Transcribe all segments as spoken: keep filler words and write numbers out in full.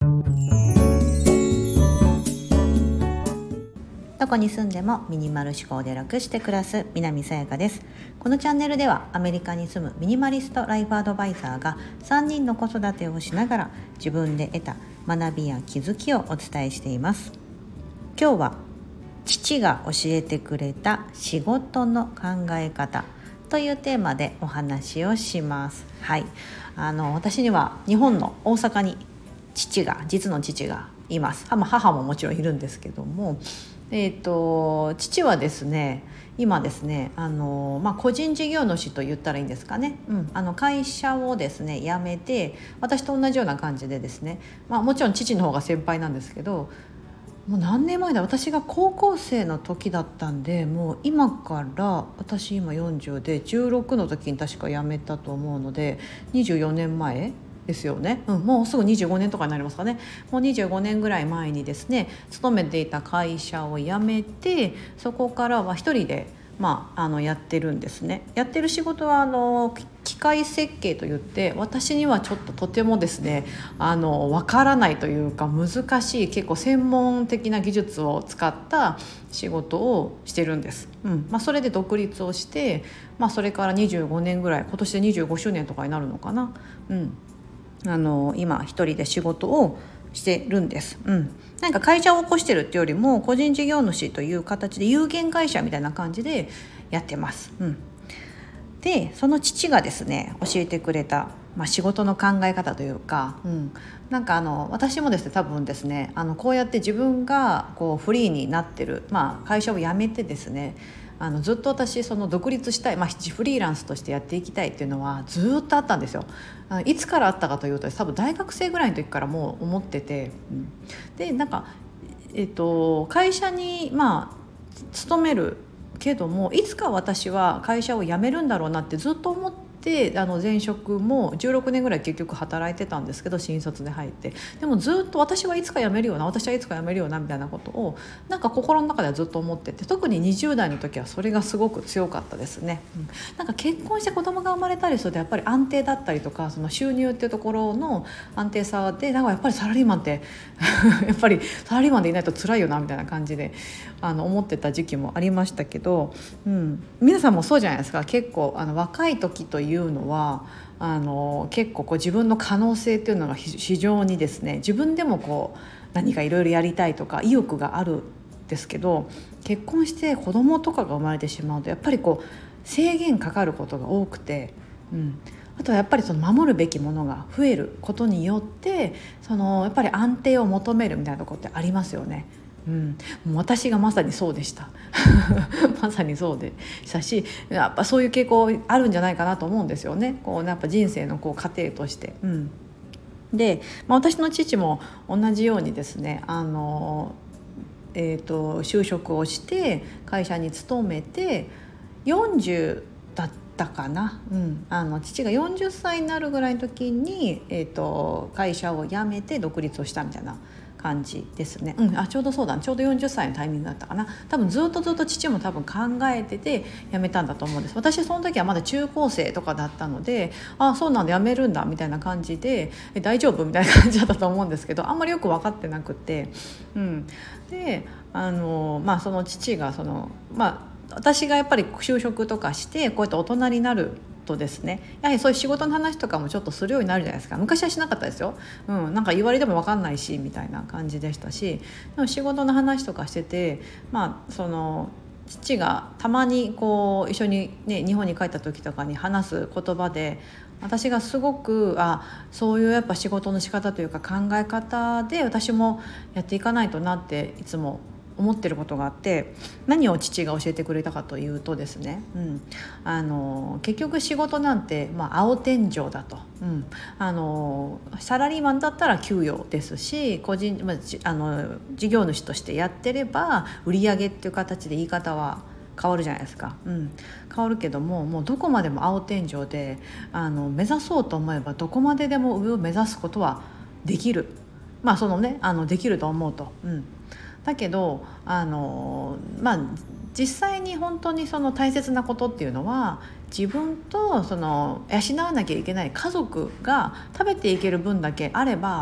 どこに住んでもミニマル思考で楽して暮らす南さやかです。このチャンネルではアメリカに住むミニマリストライフアドバイザーがさんにんの子育てをしながら自分で得た学びや気づきをお伝えしています。今日は父が教えてくれた仕事の考え方というテーマでお話をします。はい、あの私には日本の大阪に父が実の父がいます。あ、まあ、母ももちろんいるんですけども、えーと、父はですね今ですねあの、まあ、個人事業主と言ったらいいんですかね、うん、あの会社をですね辞めて、私と同じような感じでですね、まあ、もちろん父の方が先輩なんですけど、もう何年前だ、私が高校生の時だったんで、もう今から私今よんじゅうでじゅうろくの時に確か辞めたと思うのでにじゅうよねんまえですよね、うん、もうすぐにじゅうごねんとかになりますかね。もうにじゅうごねんぐらい前にですね勤めていた会社を辞めて、そこからは一人で、まあ、あのやってるんですね。やってる仕事はあの機械設計といって、私にはちょっととてもですねあの分からないというか難しい、結構専門的な技術を使った仕事をしてるんです、うんまあ、それで独立をして、まあ、それからにじゅうごねんぐらい、今年でにじゅうごしゅうねんとかになるのかな、うんあの今一人で仕事をしてるんです、うん、なんか会社を起こしてるっていうよりも個人事業主という形で有限会社みたいな感じでやってます、うん、でその父がですね教えてくれた、まあ、仕事の考え方というか、うん、なんかあの私もですね多分ですねあのこうやって自分がこうフリーになってる、まあ、会社を辞めてですねあのずっと私その独立したい、まあ、フリーランスとしてやっていきたいっていうのはずっとあったんですよ。あのいつからあったかというと多分大学生ぐらいの時からもう思ってて、うん、でなんか、えっと、会社にまあ勤めるけどもいつか私は会社を辞めるんだろうなってずっと思って、あの前職もじゅうろくねんぐらい結局働いてたんですけど、新卒で入って、でもずっと私はいつか辞めるよな私はいつか辞めるよなみたいなことをなんか心の中ではずっと思ってて、特ににじゅう代の時はそれがすごく強かったですね、うん、なんか結婚して子供が生まれたりするとやっぱり安定だったりとか、その収入っていうところの安定さでなんかやっぱりサラリーマンってやっぱりサラリーマンでいないと辛いよなみたいな感じであの思ってた時期もありましたけど、うん、皆さんもそうじゃないですか。結構あの若い時というのはあの結構こう自分の可能性っていうのが非常にですね、自分でもこう何かいろいろやりたいとか意欲があるんですけど、結婚して子供とかが生まれてしまうとやっぱりこう制限かかることが多くて、うん、あとはやっぱりその守るべきものが増えることによってそのやっぱり安定を求めるみたいなところってありますよね。うん、もう私がまさにそうでしたまさにそうでしたし、やっぱそういう傾向あるんじゃないかなと思うんですよね。こうやっぱ人生のこう過程として、うん、で、まあ、私の父も同じようにですねあの、えーと、就職をして会社に勤めてよんじゅうだったかな、うん、あの父がよんじゅっさいになるぐらいの時に、えーと、会社を辞めて独立をしたみたいな感じですね、うん、あちょうどそうだ、ちょうどよんじゅっさいのタイミングだったかな。多分ずっとずっと父も多分考えてて辞めたんだと思うんです。私その時はまだ中高生とかだったので、あそうなんだ辞めるんだみたいな感じでえ大丈夫みたいな感じだったと思うんですけど、あんまりよく分かってなくて、うん、であのまあその父がそのまあ私がやっぱり就職とかしてこうやって大人になるとですね、やはりそういう仕事の話とかもちょっとするようになるじゃないですか。昔はしなかったですよ、うん、なんか言われても分かんないしみたいな感じでしたし、でも仕事の話とかしてて、まあその父がたまにこう一緒に、ね、日本に帰った時とかに話す言葉で、私がすごくあそういうやっぱ仕事の仕方というか考え方で私もやっていかないとなっていつも思ってることがあって、何を父が教えてくれたかというとですね、うん、あの結局仕事なんて、まあ、青天井だと、うん、あのサラリーマンだったら給与ですし、個人、まあ、あの事業主としてやってれば売上っていう形で言い方は変わるじゃないですか、うん、変わるけども、もうどこまでも青天井であの目指そうと思えばどこまででも上を目指すことはできる、まあそのねあのできると思うと、うんだけどあの、まあ、実際に本当にその大切なことっていうのは自分とその養わなきゃいけない家族が食べていける分だけあれば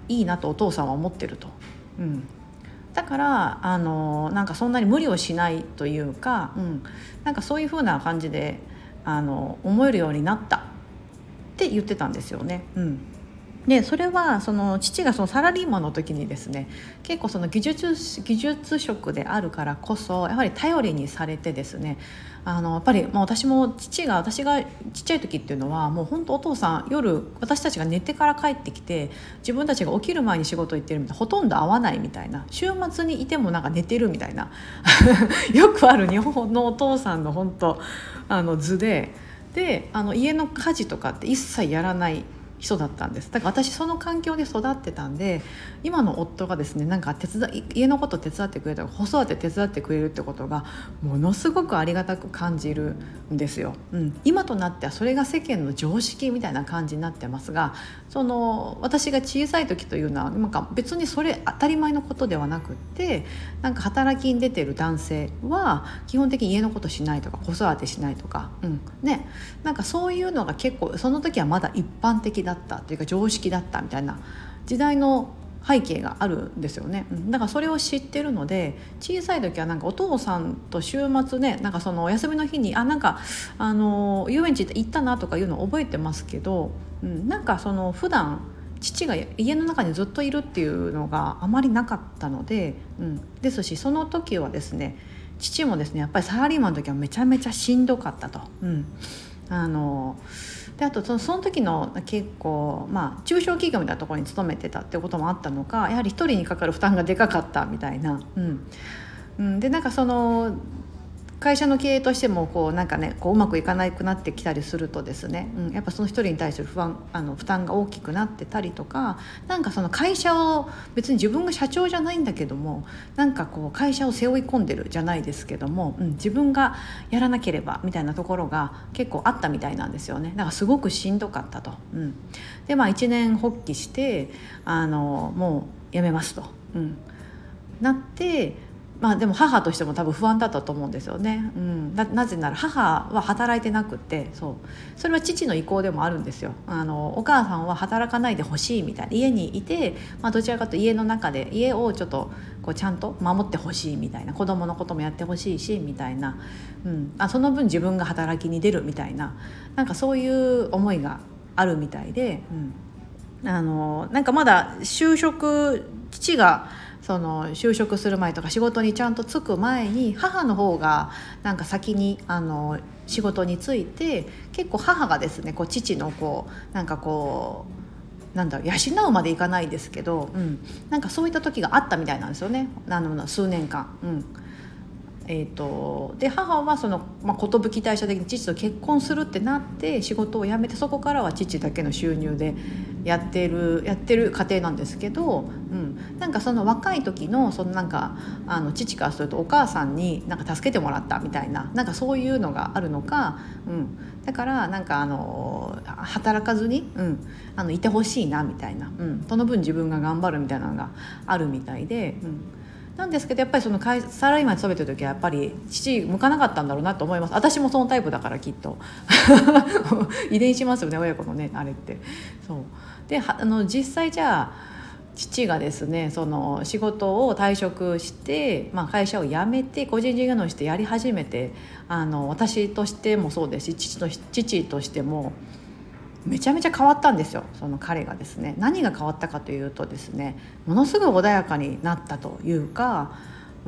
いいなとお父さんは思ってると、うん、だからあのなんかそんなに無理をしないというか、うん、なんかそういう風な感じであの思えるようになったって言ってたんですよね。うん、でそれはその父がそのサラリーマンの時にですね、結構その技術技術職であるからこそやはり頼りにされてですね、あのやっぱりもう私も父が私がちっちゃい時っていうのはもう本当お父さん夜私たちが寝てから帰ってきて自分たちが起きる前に仕事行ってるみたいな、ほとんど会わないみたいな、週末にいてもなんか寝てるみたいなよくある日本のお父さんの本当あの図でであの家の家事とかって一切やらない人だったんです。だから私その環境で育ってたんで、今の夫がですねなんか手伝い家のこと手伝ってくれたり子育て手伝ってくれるってことがものすごくありがたく感じるんですよ、うん、今となってはそれが世間の常識みたいな感じになってますが、その私が小さい時というのはなんか別にそれ当たり前のことではなくって、なんか働きに出てる男性は基本的に家のことしないとか子育てしないとか、うんね、なんかそういうのが結構その時はまだ一般的だったというか常識だったみたいな時代の背景があるんですよね。だからそれを知ってるので、小さい時はなんかお父さんと週末ね、なんかそのお休みの日にあなんかあの遊園地行ったなとかいうのを覚えてますけど、うん、なんかその普段父が家の中にずっといるっていうのがあまりなかったので、うん、ですしその時はですね父もですねやっぱりサラリーマンの時はめちゃめちゃしんどかったと、うん、あのであとその、その時の結構、まあ、中小企業みたいなところに勤めてたってこともあったのか、やはり一人にかかる負担がでかかったみたいな、うんうん、でなんかその会社の経営としてもこうなんかねこううまくいかなくなってきたりするとですね、うん、やっぱその一人に対する不安あの負担が大きくなってたりとか、なんかその会社を別に自分が社長じゃないんだけどもなんかこう会社を背負い込んでるじゃないですけども、うん、自分がやらなければみたいなところが結構あったみたいなんですよね。だからすごくしんどかったと、うん、でまあ一年発起してあのもう辞めますと、うん、なってまあでも母としても多分不安だったと思うんですよね、うん、な, なぜなら母は働いてなくて、そうそれは父の意向でもあるんですよ。あのお母さんは働かないでほしいみたいな、家にいて、まあ、どちらかというと家の中で家をちょっとこうちゃんと守ってほしいみたいな、子供のこともやってほしいしみたいな、うん、あその分自分が働きに出るみたいな、なんかそういう思いがあるみたいで、うん、あのなんかまだ就職父がその就職する前とか仕事にちゃんと就く前に母の方がなんか先にあの仕事に就いて、結構母がですねこう父のこうなんかこうなんだろう養うまでいかないですけど、うん、なんかそういった時があったみたいなんですよね、あの数年間、うんえー、とで母はその、まあ、寿退社的に父と結婚するってなって仕事を辞めて、そこからは父だけの収入でやってるやってる家庭なんですけど、うん、なんかその若い時のそのなんかあの父からするとお母さんになんか助けてもらったみたいな、なんかそういうのがあるのか、うん、だからなんかあの働かずに、うん、あのいてほしいなみたいな、うん、その分自分が頑張るみたいなのがあるみたいで、うんなんですけどやっぱりそのサラリーマンに勤めてる時はやっぱり父向かなかったんだろうなと思います。私もそのタイプだからきっと遺伝しますよね親子のねあれって。そうであの実際じゃあ父がですねその仕事を退職して、まあ、会社を辞めて個人事業主としてやり始めて、あの私としてもそうですし父と父としてもめちゃめちゃ変わったんですよ。その彼がですね何が変わったかというとですね、ものすごい穏やかになったというか、うん、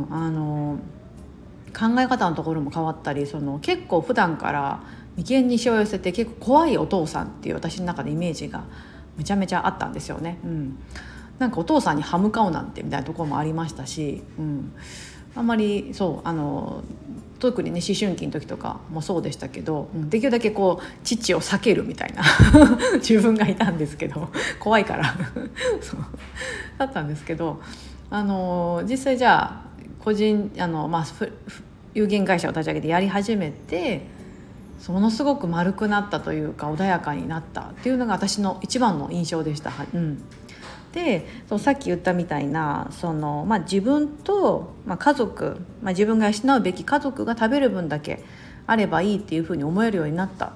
あの考え方のところも変わったり、その結構普段から眉間にしわ寄せて結構怖いお父さんっていう私の中でイメージがめちゃめちゃあったんですよね、うん、なんかお父さんに歯向かうなんてみたいなところもありましたし、うん、あんまりそうあの特にね思春期の時とかもそうでしたけど、うん、できるだけこう父を避けるみたいな自分がいたんですけど怖いからそうだったんですけど、あの実際じゃあ個人あの、まあ、有限会社を立ち上げてやり始めてものすごく丸くなったというか穏やかになったっていうのが私の一番の印象でした、うん、でそうさっき言ったみたいなその、まあ、自分と、まあ、家族、まあ、自分が養うべき家族が食べる分だけあればいいっていうふうに思えるようになったっ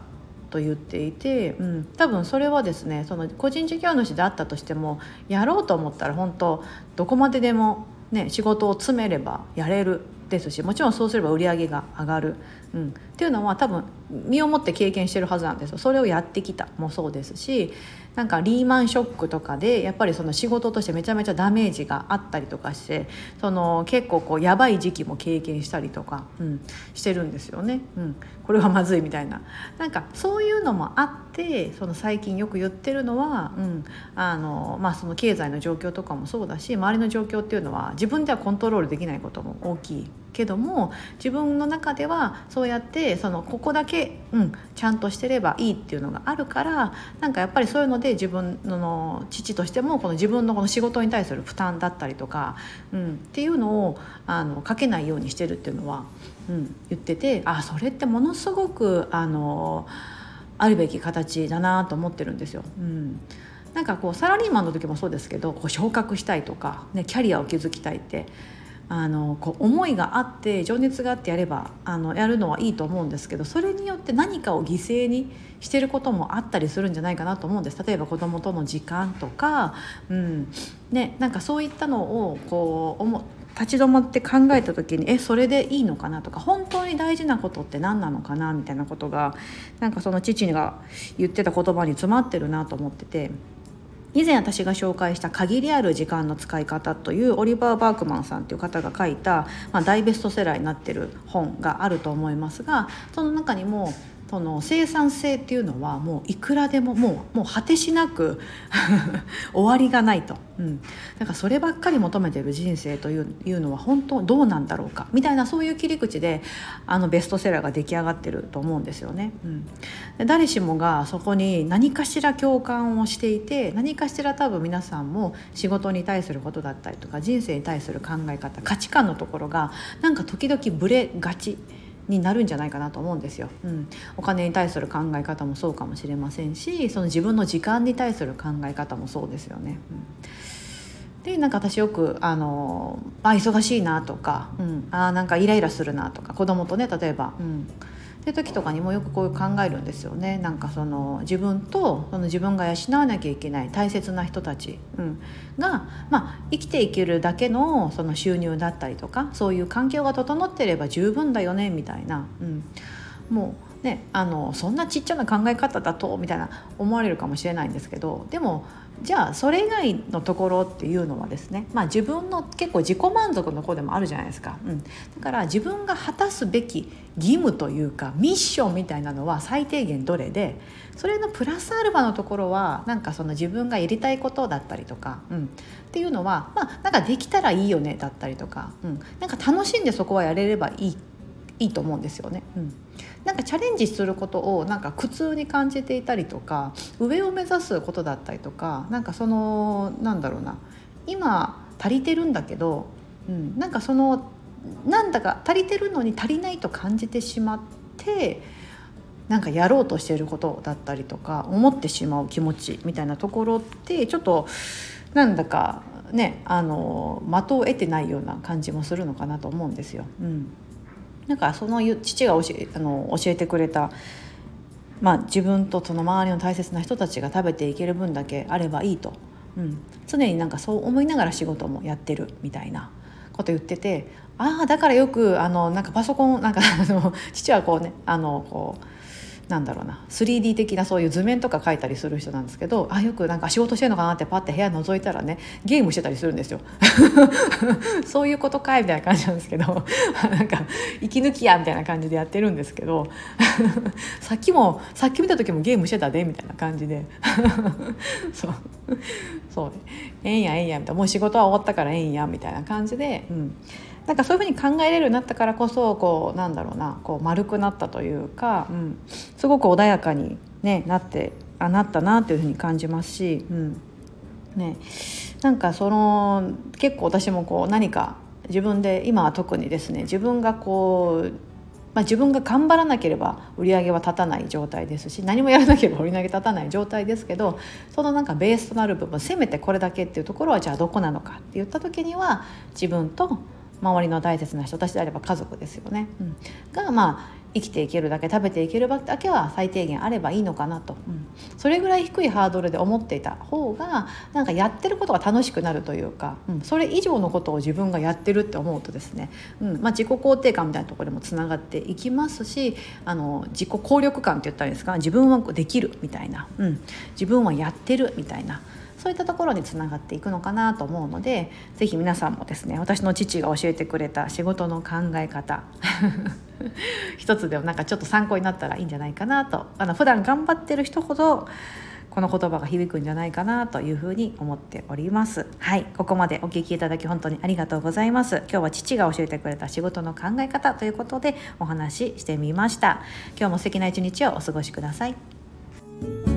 と言っていて、うん、多分それはですね、その個人事業主であったとしてもやろうと思ったら本当どこまででも、ね、仕事を詰めればやれるですし、もちろんそうすれば売り上げが上がる、うん、っていうのは多分身をもって経験してるはずなんですよ。それをやってきたもそうですし、なんかリーマンショックとかでやっぱりその仕事としてめちゃめちゃダメージがあったりとかして、その結構こうやばい時期も経験したりとか、うん、してるんですよね、うん、これはまずいみたいな、なんかそういうのもあって、その最近よく言ってるのは、うんあのまあ、その経済の状況とかもそうだし、周りの状況っていうのは自分ではコントロールできないことも大きいけども、自分の中ではそうやってそのここだけ、うん、ちゃんとしてればいいっていうのがあるから、なんかやっぱりそういうので自分の父としてもこの自分のこの仕事に対する負担だったりとか、うん、っていうのをあのかけないようにしてるっていうのは、うん、言ってて、あそれってものすごくあのあるべき形だなと思ってるんですよ。うんなんかこうサラリーマンの時もそうですけど、こう昇格したいとか、ね、キャリアを築きたいってあのこう思いがあって情熱があってやればあのやるのはいいと思うんですけど、それによって何かを犠牲にしてることもあったりするんじゃないかなと思うんです。例えば子どもとの時間とか、うんね、なんかそういったのをこう思立ち止まって考えた時に、えそれでいいのかなとか、本当に大事なことって何なのかなみたいなことが、なんかその父が言ってた言葉に詰まってるなと思ってて、以前私が紹介した限りある時間の使い方というオリバー・バークマンさんという方が書いた、まあ、大ベストセラーになっている本があると思いますが、その中にもその生産性っていうのはもういくらでももう、もう果てしなく終わりがないと、うん、だからそればっかり求めている人生という、いうのは本当どうなんだろうかみたいな、そういう切り口であのベストセラーが出来上がってると思うんですよね、うん、で誰しもがそこに何かしら共感をしていて、何かしら多分皆さんも仕事に対することだったりとか人生に対する考え方、価値観のところがなんか時々ブレがちになるんじゃないかなと思うんですよ、うん、お金に対する考え方もそうかもしれませんし、その自分の時間に対する考え方もそうですよね、うん、でなんか私よくあのあ忙しいなとか、うん、あなんかイライラするなとか、子供とね例えば、うんって時とかにもよくこういう考えるんですよね。なんかその自分とその自分が養わなきゃいけない大切な人たち、うん、が、まあ、生きていけるだけのその収入だったりとか、そういう環境が整ってれば十分だよねみたいな、うん、もうねあのそんなちっちゃな考え方だとみたいな思われるかもしれないんですけど、でもじゃあそれ以外のところっていうのはですね、まあ、自分の結構自己満足の子でもあるじゃないですか、うん、だから自分が果たすべき義務というかミッションみたいなのは最低限どれで、それのプラスアルファのところはなんかその自分がやりたいことだったりとか、うん、っていうのは、まあ、なんかできたらいいよねだったりとか、うん、なんか楽しんでそこはやれればいいいいと思うんですよね、うん、なんかチャレンジすることをなんか苦痛に感じていたりとか、上を目指すことだったりとか、なんかそのなんだろうな、今足りてるんだけど、うん、なんかそのなんだか足りてるのに足りないと感じてしまって、なんかやろうとしていることだったりとか思ってしまう気持ちみたいなところってちょっとなんだかねあの的を得てないような感じもするのかなと思うんですよ、うん、なんかその父が教え、あの教えてくれた、まあ、自分とその周りの大切な人たちが食べていける分だけあればいいと、うん、常になんかそう思いながら仕事もやってるみたいなこと言ってて、ああだからよくあのなんかパソコンなんかあの父はこうねあのこうなんだろうな スリーディー 的なそういう図面とか描いたりする人なんですけど、あよくなんか仕事してるのかなってパッて部屋覗いたらねゲームしてたりするんですよそういうことかいみたいな感じなんですけどなんか息抜きやみたいな感じでやってるんですけどさっきもさっき見た時もゲームしてたでみたいな感じでそうそうええんやええんやみたいな、もう仕事は終わったからええんやみたいな感じで、うん、なんかそういうふうに考えれるようになったからこそこうなんだろうなこう丸くなったというか、うん、すごく穏やかに、ね、なってあなったなというふうに感じますし、うんね、なんかその結構私もこう何か自分で今は特にですね自分がこうまあ、自分が頑張らなければ売り上げは立たない状態ですし、何もやらなければ売り上げ立たない状態ですけど、そのなんかベースとなる部分せめてこれだけっていうところはじゃあどこなのかって言った時には自分と周りの大切な人たちであれば家族ですよね、うん、がまあ生きていけるだけ食べていけるだけは最低限あればいいのかなと、うん、それぐらい低いハードルで思っていた方がなんかやってることが楽しくなるというか、うん、それ以上のことを自分がやってるって思うとですね、うんまあ、自己肯定感みたいなところでもつながっていきますし、あの自己効力感って言ったらいいですか、自分はできるみたいな、うん、自分はやってるみたいな、そういったところにつながっていくのかなと思うので、ぜひ皆さんもですね、私の父が教えてくれた仕事の考え方一つでもなんかちょっと参考になったらいいんじゃないかなと、あの普段頑張ってる人ほどこの言葉が響くんじゃないかなというふうに思っております。はい、ここまでお聞きいただき本当にありがとうございます。今日は父が教えてくれた仕事の考え方ということでお話ししてみました。今日も素敵な一日をお過ごしください。